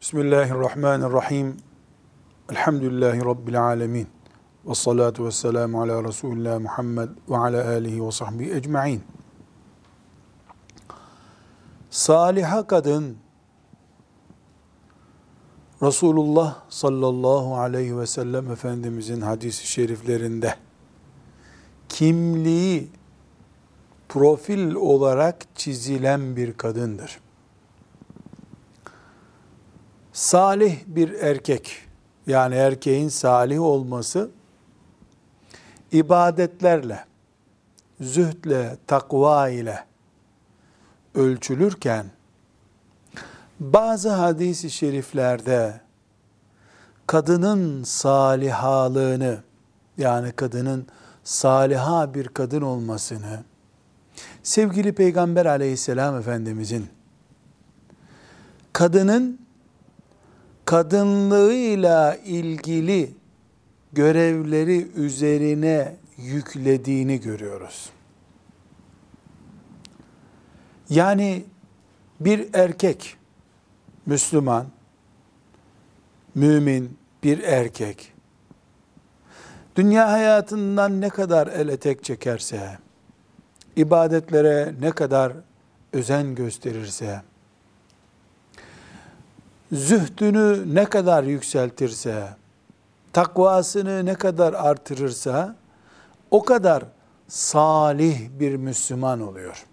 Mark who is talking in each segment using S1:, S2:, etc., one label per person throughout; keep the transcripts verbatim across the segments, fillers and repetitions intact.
S1: Bismillahirrahmanirrahim. Elhamdülillahi Rabbil alemin. Ve salatu ve selamu ala Resulullah Muhammed ve ala alihi ve sahbihi ecma'in. Saliha kadın, Resulullah sallallahu aleyhi ve sellem Efendimizin hadis-i şeriflerinde kimliği profil olarak çizilen bir kadındır. Salih bir erkek, yani erkeğin salih olması, ibadetlerle, zühdle, takva ile ölçülürken, bazı hadis-i şeriflerde kadının salihalığını, yani kadının saliha bir kadın olmasını, sevgili Peygamber aleyhisselam Efendimizin kadının kadınlığıyla ilgili görevleri üzerine yüklediğini görüyoruz. Yani bir erkek, Müslüman, mümin bir erkek, dünya hayatından ne kadar el etek çekerse, ibadetlere ne kadar özen gösterirse, zühdünü ne kadar yükseltirse, takvasını ne kadar artırırsa, o kadar salih bir Müslüman oluyor.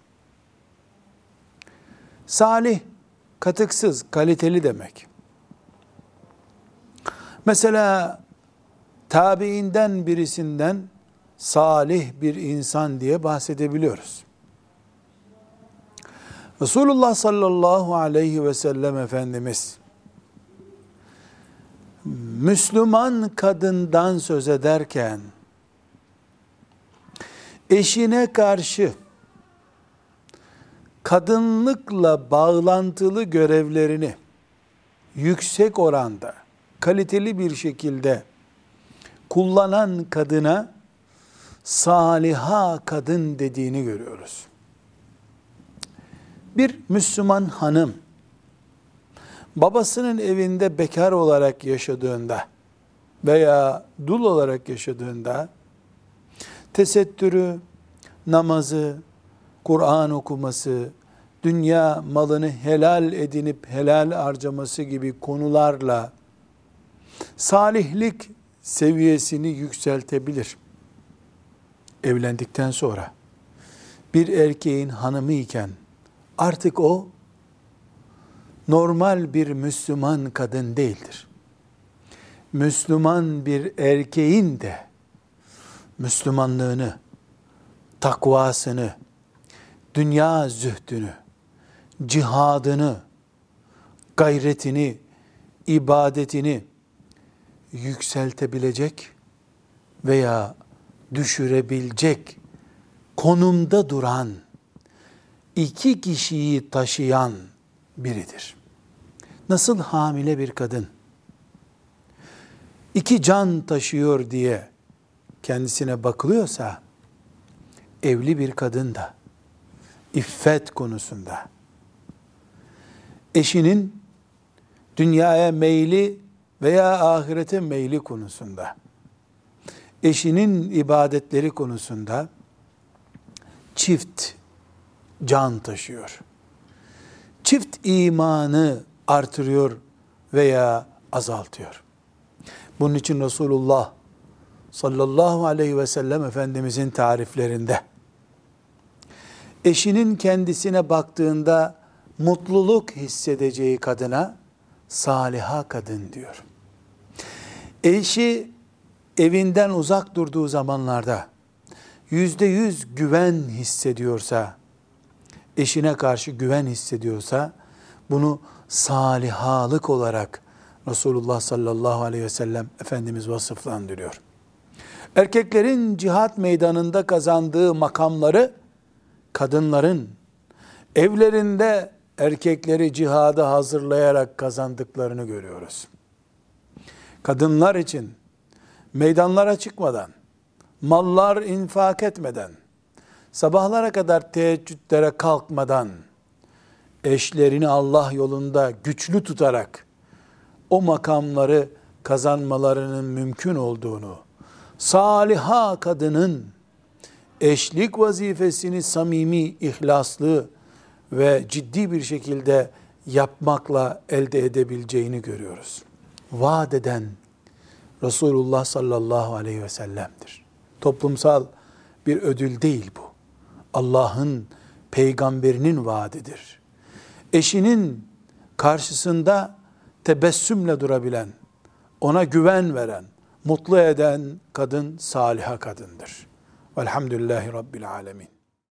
S1: Salih, katıksız, kaliteli demek. Mesela, tabiinden birisinden salih bir insan diye bahsedebiliyoruz. Resulullah sallallahu aleyhi ve sellem Efendimiz, Müslüman kadından söz ederken, eşine karşı kadınlıkla bağlantılı görevlerini yüksek oranda, kaliteli bir şekilde kullanan kadına saliha kadın dediğini görüyoruz. Bir Müslüman hanım, babasının evinde bekar olarak yaşadığında veya dul olarak yaşadığında, tesettürü, namazı, Kur'an okuması, dünya malını helal edinip helal harcaması gibi konularla salihlik seviyesini yükseltebilir. Evlendikten sonra bir erkeğin hanımı iken artık o normal bir Müslüman kadın değildir. Müslüman bir erkeğin de Müslümanlığını, takvasını, dünya zühdünü, cihadını, gayretini, ibadetini yükseltebilecek veya düşürebilecek konumda duran, iki kişiyi taşıyan biridir. Nasıl hamile bir kadın iki can taşıyor diye kendisine bakılıyorsa, evli bir kadın da iffet konusunda, eşinin dünyaya meyli veya ahirete meyli konusunda, eşinin ibadetleri konusunda çift can taşıyor. Çift imanı artırıyor veya azaltıyor. Bunun için Resulullah sallallahu aleyhi ve sellem Efendimizin tariflerinde, eşinin kendisine baktığında mutluluk hissedeceği kadına saliha kadın diyor. Eşi evinden uzak durduğu zamanlarda yüzde yüz güven hissediyorsa, eşine karşı güven hissediyorsa, bunu salihalık olarak Resulullah sallallahu aleyhi ve sellem Efendimiz vasıflandırıyor. Erkeklerin cihat meydanında kazandığı makamları, kadınların evlerinde erkekleri cihada hazırlayarak kazandıklarını görüyoruz. Kadınlar için meydanlara çıkmadan, mallar infak etmeden, sabahlara kadar teheccüdlere kalkmadan, eşlerini Allah yolunda güçlü tutarak, o makamları kazanmalarının mümkün olduğunu, saliha kadının eşlik vazifesini samimi, ihlaslı ve ciddi bir şekilde yapmakla elde edebileceğini görüyoruz. Vaat eden Resulullah sallallahu aleyhi ve sellem'dir. Toplumsal bir ödül değil bu. Allah'ın peygamberinin vaadidir. Eşinin karşısında tebessümle durabilen, ona güven veren, mutlu eden kadın saliha kadındır. Velhamdülillahi Rabbil alemin.